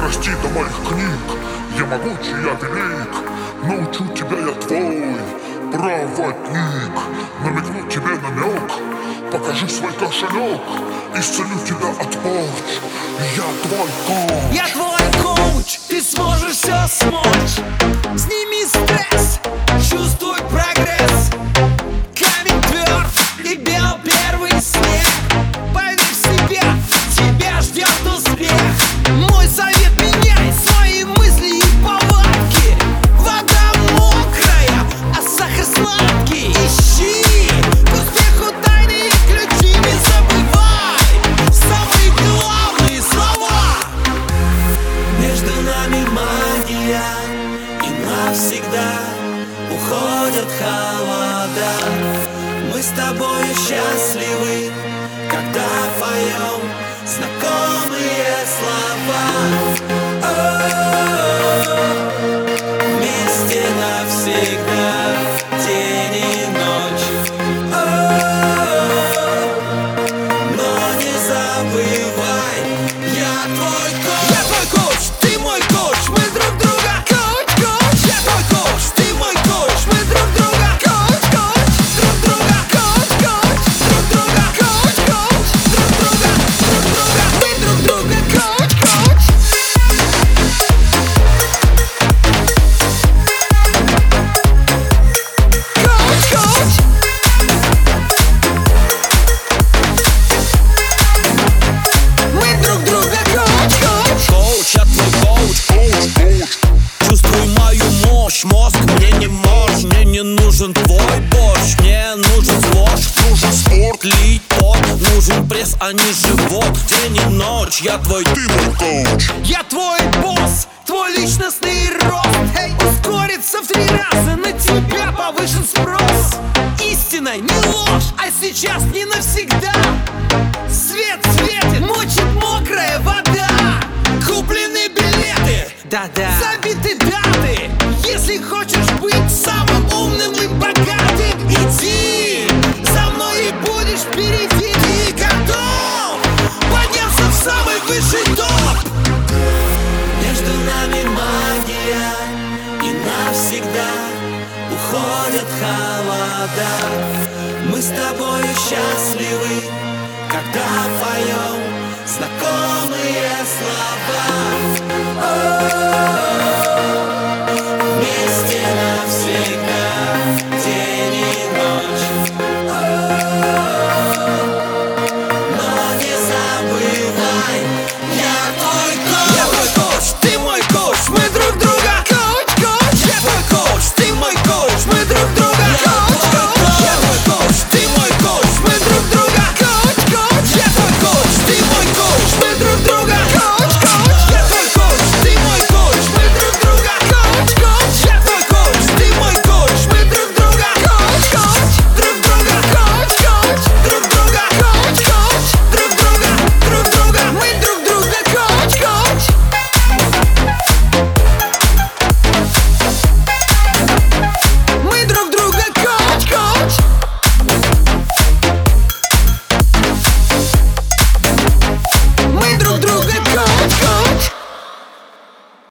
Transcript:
дорасти до моих книг. Я могучий, я велик, научу тебя я твой проводник. Намекну тебе намек, покажи свой кошелек, исцелю тебя от порч. Я твой коуч. Я твой коуч, ты сможешь все смочь. Сними стресс, чувствуй прогресс. Камень тверд и бел первый снег. Поверь в себя, тебя ждет успех. Мой совет: меняй свои мысли и повадки. Вода мокрая, а сахар сладкий. Ищи к успеху тайные ключи, не забывай самые главные слова. Между нами магия, и навсегда уходят холода. Мы с тобой счастливы, когда поем знакомые слова. О-о-о-о. Вместе навсегда, день и ночь. О-о-о-о. Но не забывай, я твой коуч. Я твой коуч, ты мой коуч, мы друг друга. Коуч, коуч. Я твой коуч, ты мой коуч, мы друг друга. Коуч, коуч. Друг друга. Коуч, коуч. Друг друга. Коуч, коуч. Друг друга. Друг друга. Мы друг друга. Коуч, коуч. Коуч, коуч. Мы друг друга. Коуч, коуч. Коуч, я твой коуч. Чувствуй мою мощь, мозг мне не мощь. Мне не нужен твой борщ, мне нужен сплошь. Нужен спорт, лить пот, нужен пресс, а не живот. День и ночь, я твой, Ты мой коуч. Я твой босс, твой личностный рост. Ускорится в 3 раза, на тебя повышен спрос. Истина, не ложь, а сейчас не навсегда. Свет светит, мочит мокрая вода. Куплены билеты, да-да, забиты даты. Если хочешь быть самым умным и богатым, иди за мной и будешь впереди. Ты готов подняться в самый высший топ. Между нами магия, и навсегда уходят холода. Мы с тобой счастливы, когда поем знакомые слова.